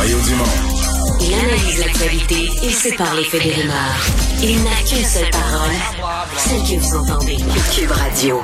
Mario Dumont. Il analyse l'actualité et sépare les faits des rumeurs. Il n'a qu'une seule parole, celle que vous entendez. Cube Radio.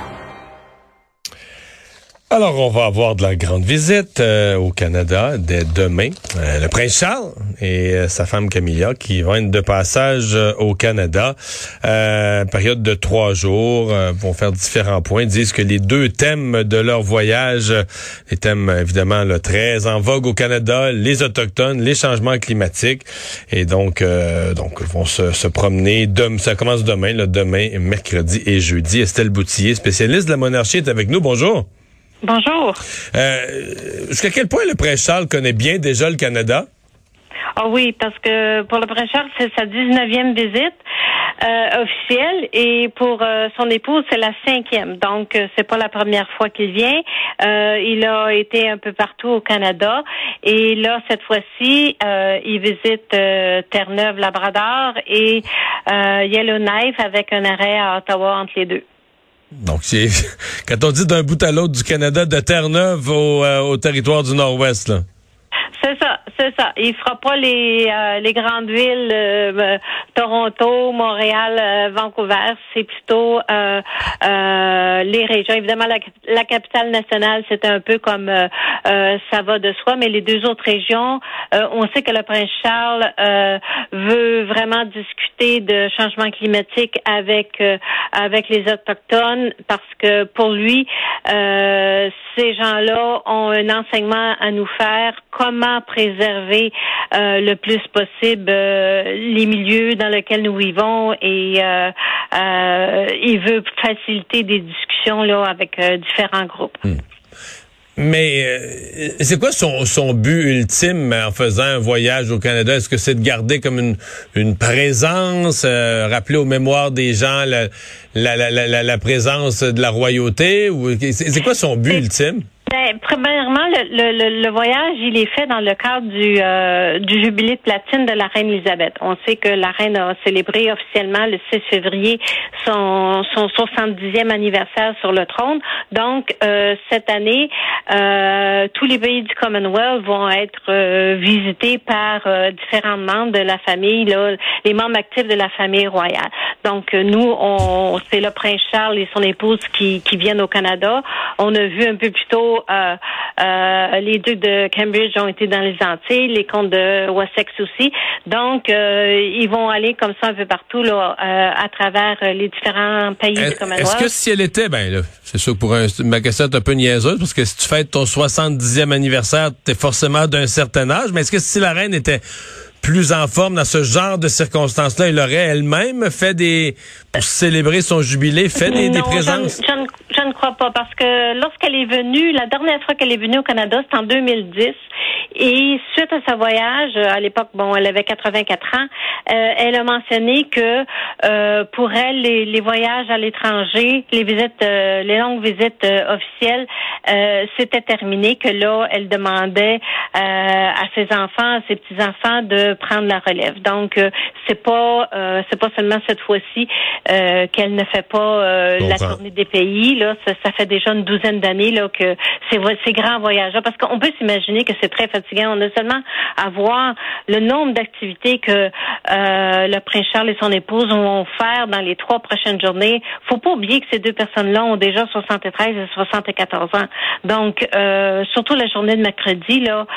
Alors, on va avoir de la grande visite au Canada dès demain. Le prince Charles et sa femme Camilla qui vont être de passage au Canada. Période de 3 jours, vont faire différents points. Ils disent que les 2 thèmes de leur voyage, les thèmes évidemment là, très en vogue au Canada, les Autochtones, les changements climatiques. Et donc vont se promener. Ça commence demain, mercredi et jeudi. Estelle Boutillier, spécialiste de la monarchie, est avec nous. Bonjour. Bonjour. Jusqu'à quel point le prince Charles connaît bien déjà le Canada? Ah oui, parce que pour le prince Charles, c'est sa 19e visite officielle et pour son épouse, c'est la 5e. Donc, c'est pas la première fois qu'il vient. Il a été un peu partout au Canada et là, cette fois-ci, il visite Terre-Neuve-Labrador et Yellowknife avec un arrêt à Ottawa entre les deux. Donc, quand on dit d'un bout à l'autre du Canada, de Terre-Neuve au territoire du Nord-Ouest, là. C'est ça. Il fera pas les grandes villes, Toronto, Montréal, Vancouver. C'est plutôt les régions. Évidemment, la capitale nationale, c'est un peu comme ça va de soi, mais les 2 autres régions, on sait que le prince Charles veut vraiment discuter de changement climatique avec les Autochtones parce que pour lui, ces gens-là ont un enseignement à nous faire. Comment préserver le plus possible les milieux dans lesquels nous vivons et il veut faciliter des discussions là avec différents groupes. Mais c'est quoi son but ultime en faisant un voyage au Canada? Est-ce que c'est de garder comme une présence, rappeler aux mémoires des gens la présence de la royauté? Ou c'est quoi son but ultime? Premièrement, le voyage, il est fait dans le cadre du jubilé de platine de la reine Élisabeth. On sait que la reine a célébré officiellement le 6 février son 70e anniversaire sur le trône. Donc, cette année, tous les pays du Commonwealth vont être visités par différents membres de la famille, là, les membres actifs de la famille royale. Donc, nous, c'est le prince Charles et son épouse qui viennent au Canada. On a vu un peu plus tôt les ducs de Cambridge ont été dans les Antilles, les comtes de Wessex aussi. Donc, ils vont aller comme ça un peu partout là, à travers les différents pays du Commonwealth. Est-ce que si elle était, là, c'est sûr que pour ma question est un peu niaiseuse, parce que si tu fêtes ton 70e anniversaire, t'es forcément d'un certain âge, mais est-ce que si la reine était plus en forme dans ce genre de circonstances-là, elle aurait elle-même fait pour célébrer son jubilé, des présences? Je ne crois pas, parce que lorsqu'elle est venue, la dernière fois qu'elle est venue au Canada, c'était en 2010. Et suite à sa voyage, à l'époque, elle avait 84 ans, elle a mentionné que pour elle, les voyages à l'étranger, les longues visites officielles, c'était terminé, que là, elle demandait à ses enfants, à ses petits-enfants de prendre la relève. Donc, c'est pas seulement cette fois-ci qu'elle ne fait pas la tournée des pays. Là, ça fait déjà une 12aine d'années là que ces grands voyages-là, parce qu'on peut s'imaginer que c'est très fatigant. On a seulement à voir le nombre d'activités que le prince Charles et son épouse vont faire dans les 3 prochaines journées. Faut pas oublier que ces 2 personnes-là ont déjà 73 et 74 ans. Donc, surtout la journée de mercredi, là,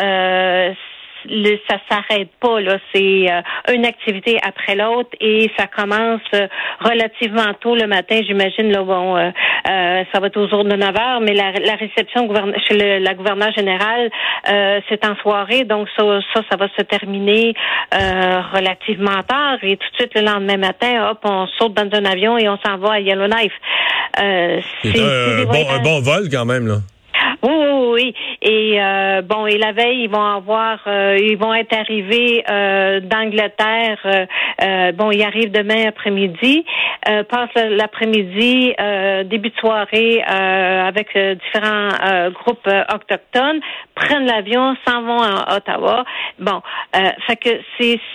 ça s'arrête pas là, c'est une activité après l'autre et ça commence relativement tôt le matin, j'imagine là ça va être aux de 9h, mais la réception chez la gouverneure générale c'est en soirée, donc ça va se terminer relativement tard et tout de suite le lendemain matin, hop, on saute dans un avion et on s'en va à Yellowknife. C'est un bon vol quand même là. Oui. Et et la veille, ils vont être arrivés d'Angleterre. Ils arrivent demain après-midi, passent l'après-midi, début de soirée avec différents groupes autochtones, prennent l'avion, s'en vont à Ottawa. Fait que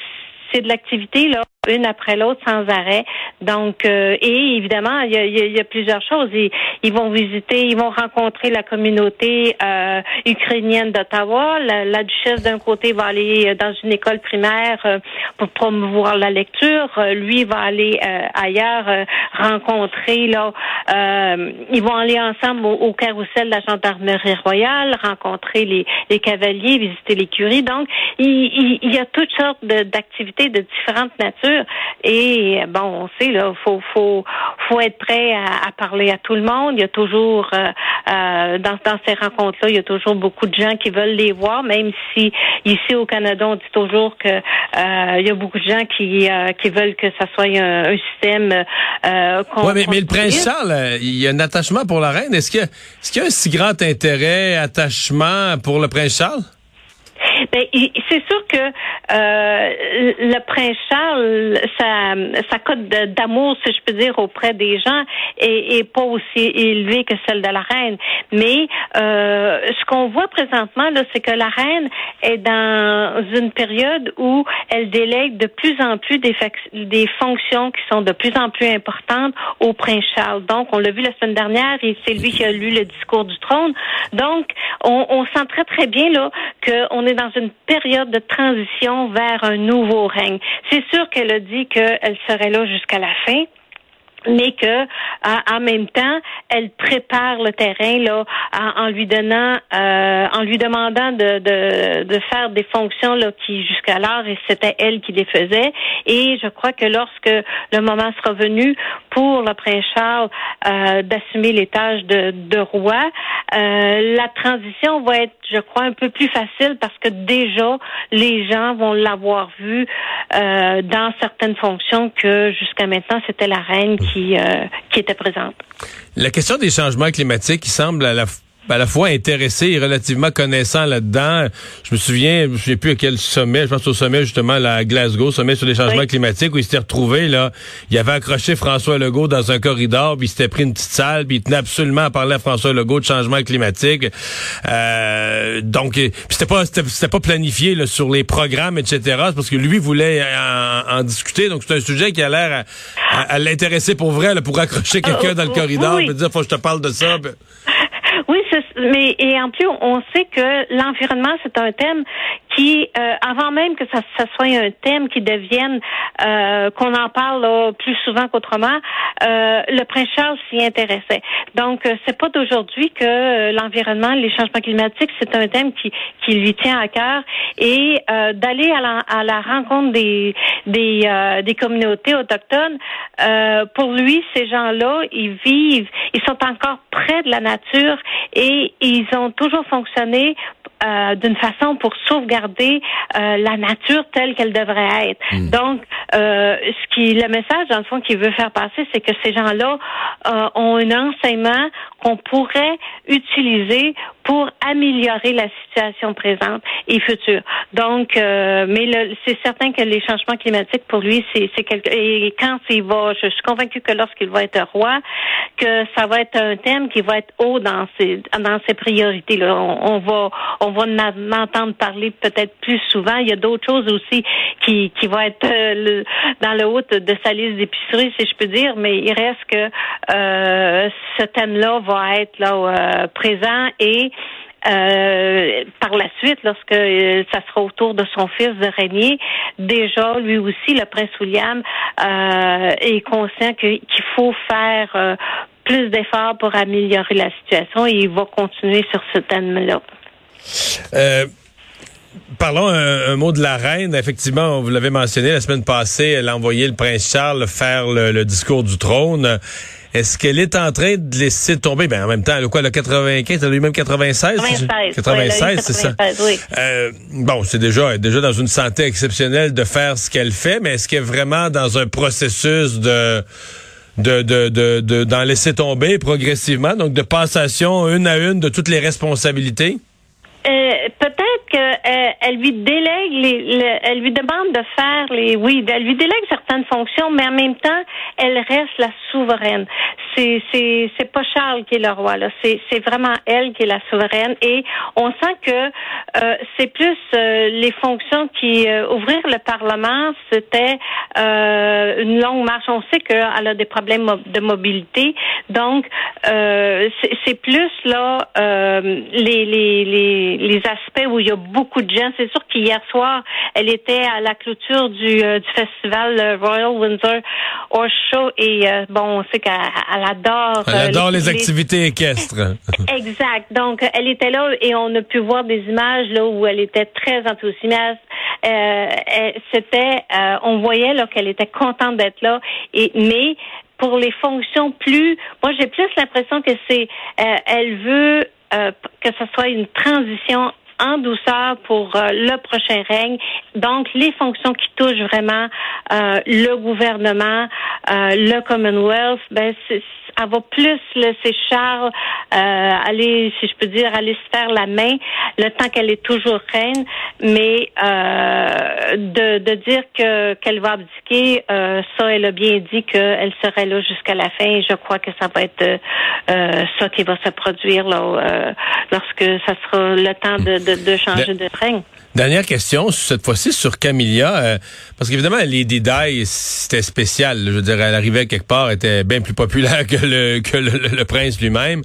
c'est de l'activité là, une après l'autre sans arrêt. Donc, et évidemment, il y a plusieurs choses. Ils vont visiter, ils vont rencontrer la communauté ukrainienne d'Ottawa. La duchesse d'un côté va aller dans une école primaire pour promouvoir la lecture. Lui va aller ailleurs rencontrer là. Ils vont aller ensemble au carrousel de la gendarmerie royale, rencontrer les cavaliers, visiter l'écurie. Donc, il y a toutes sortes d'activités de différentes natures. Et bon, on sait là, faut être prêt à parler à tout le monde. Il y a toujours dans ces rencontres-là, il y a toujours beaucoup de gens qui veulent les voir, même si ici au Canada, on dit toujours que il y a beaucoup de gens qui veulent que ça soit un système. Oui, mais le prince Charles, il y a un attachement pour la reine. Est-ce qu'il y a un si grand intérêt, attachement pour le prince Charles? Ben, c'est sûr que le prince Charles, sa cote d'amour, si je peux dire, auprès des gens est pas aussi élevée que celle de la reine. Mais ce qu'on voit présentement, là, c'est que la reine est dans une période où elle délègue de plus en plus des fonctions qui sont de plus en plus importantes au prince Charles. Donc, on l'a vu la semaine dernière, et c'est lui qui a lu le discours du trône. Donc, on sent très, très bien là qu'on est dans une période de transition vers un nouveau règne. C'est sûr qu'elle a dit qu'elle serait là jusqu'à la fin, mais que en même temps, elle prépare le terrain là en lui demandant de faire des fonctions là qui jusqu'alors c'était elle qui les faisait. Et je crois que lorsque le moment sera venu pour le prince Charles d'assumer les tâches de roi, la transition va être, je crois, un peu plus facile parce que déjà les gens vont l'avoir vu dans certaines fonctions que jusqu'à maintenant c'était la reine qui était présente. La question des changements climatiques qui semble à la fois intéressé et relativement connaissant là-dedans. Je me souviens plus à quel sommet, je pense au sommet justement là, à Glasgow, sommet sur les changements climatiques, où il s'était retrouvé, là, il avait accroché François Legault dans un corridor, puis il s'était pris une petite salle, puis il tenait absolument à parler à François Legault de changement climatique. Donc, c'était pas planifié là, sur les programmes, etc. C'est parce que lui voulait en discuter. Donc, c'est un sujet qui a l'air à l'intéresser pour vrai, là, pour accrocher quelqu'un dans le corridor, et dire, faut que je te parle de ça. Oui, mais et en plus, on sait que l'environnement, c'est un thème qui, avant même que ça soit un thème qui devienne, qu'on en parle là, plus souvent qu'autrement, le prince Charles s'y intéressait. Donc, c'est pas d'aujourd'hui que l'environnement, les changements climatiques, c'est un thème qui lui tient à cœur, et d'aller à la rencontre des communautés autochtones. Pour lui, ces gens-là, ils sont encore près de la nature, et ils ont toujours fonctionné d'une façon pour sauvegarder la nature telle qu'elle devrait être. Donc, le message, dans le fond, qu'il veut faire passer, c'est que ces gens-là ont un enseignement qu'on pourrait utiliser pour améliorer la situation présente et future. Donc, mais c'est certain que les changements climatiques, pour lui, c'est quelque... Et quand je suis convaincue que lorsqu'il va être roi, que ça va être un thème qui va être haut dans ses priorités. Là, on va en entendre parler peut-être plus souvent. Il y a d'autres choses aussi qui vont être dans le haut de sa liste d'épicerie, si je peux dire, mais il reste que ce thème-là va être là présent, et par la suite, lorsque ça sera au tour de son fils de régner, déjà, lui aussi, le prince William est conscient qu'il faut faire plus d'efforts pour améliorer la situation, et il va continuer sur ce thème-là. Parlons un mot de la reine. Effectivement, vous l'avez mentionné, la semaine passée, elle a envoyé le prince Charles faire le discours du trône. Est-ce qu'elle est en train de laisser tomber? Ben, en même temps, elle a 95, elle a eu même 96? 96, c'est ça. Oui. Bon, c'est déjà dans une santé exceptionnelle de faire ce qu'elle fait, mais est-ce qu'elle est vraiment dans un processus d'en laisser tomber progressivement, donc de passation une à une de toutes les responsabilités? Peut-être qu'elle elle lui délègue elle lui demande de faire elle lui délègue certaines fonctions, mais en même temps, elle reste la souveraine. C'est pas Charles qui est le roi, là. C'est vraiment elle qui est la souveraine, et on sent que c'est plus les fonctions qui ouvrir le Parlement, c'était une longue marche. On sait qu'elle a des problèmes de mobilité, donc c'est plus là les aspects où il y a beaucoup de gens. C'est sûr qu'hier soir, elle était à la clôture du festival Royal Windsor Horse Show, et on sait qu'elle adore. Elle adore les activités équestres. Exact. Donc, elle était là et on a pu voir des images là où elle était très enthousiaste. On voyait là qu'elle était contente d'être là. Mais pour les fonctions moi j'ai plus l'impression que elle veut que ce soit une transition en douceur pour le prochain règne. Donc, les fonctions qui touchent vraiment le gouvernement, le Commonwealth, elle va plus laisser Charles aller, si je peux dire, aller se faire la main le temps qu'elle est toujours reine, mais de dire qu'elle va abdiquer, ça, elle a bien dit qu'elle serait là jusqu'à la fin, et je crois que ça va être ça qui va se produire là, lorsque ça sera le temps de changer de règne. Dernière question, cette fois-ci sur Camilla, parce qu'évidemment, Lady Di, c'était spécial. Je veux dire, elle arrivait quelque part, était bien plus populaire que le prince lui-même.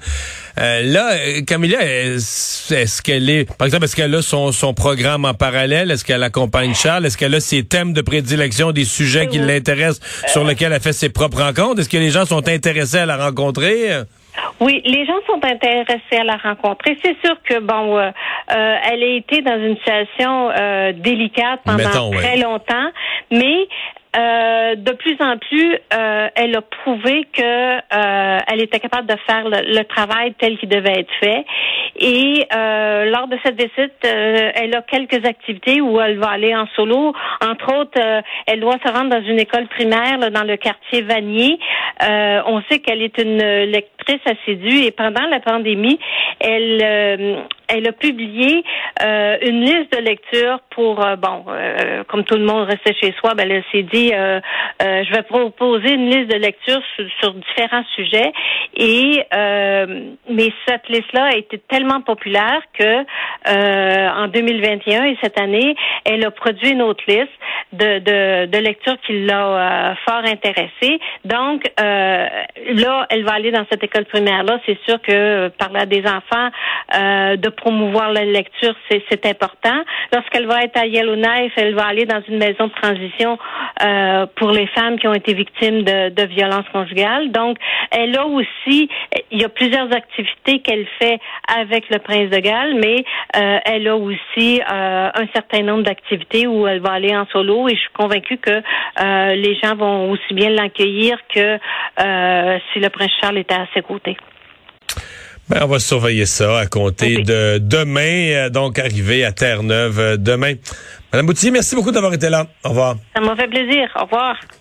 Là, Camilla, est-ce qu'elle est, par exemple, est-ce qu'elle a son programme en parallèle? Est-ce qu'elle accompagne Charles? Est-ce qu'elle a ses thèmes de prédilection, des sujets qui l'intéressent, sur lesquels elle fait ses propres rencontres? Est-ce que les gens sont intéressés à la rencontrer? Oui, les gens sont intéressés à la rencontrer. C'est sûr que elle a été dans une situation délicate pendant très longtemps, mais de plus en plus, elle a prouvé que elle était capable de faire le travail tel qu'il devait être fait. Et lors de cette visite, elle a quelques activités où elle va aller en solo. Entre autres, elle doit se rendre dans une école primaire là, dans le quartier Vanier. On sait qu'elle est une lectrice assidue, et pendant la pandémie, elle a publié une liste de lecture pour comme tout le monde restait chez soi, elle s'est dit je vais proposer une liste de lecture sur différents sujets, et mais cette liste-là a été tellement populaire que en 2021 et cette année, elle a produit une autre liste de lecture qui l'a fort intéressée. Donc là, elle va aller dans cette école primaire-là. C'est sûr que parler à des enfants, de promouvoir la lecture, c'est important. Lorsqu'elle va être à Yellowknife, elle va aller dans une maison de transition pour les femmes qui ont été victimes de violences conjugales. Donc, elle a aussi, il y a plusieurs activités qu'elle fait avec le prince de Galles, mais elle a aussi un certain nombre d'activités où elle va aller en solo, et je suis convaincue que les gens vont aussi bien l'accueillir que si le prince Charles était à ses côtés. On va surveiller ça à compter de demain, donc arriver à Terre-Neuve demain. Madame Boutier, merci beaucoup d'avoir été là. Au revoir. Ça m'a fait plaisir. Au revoir.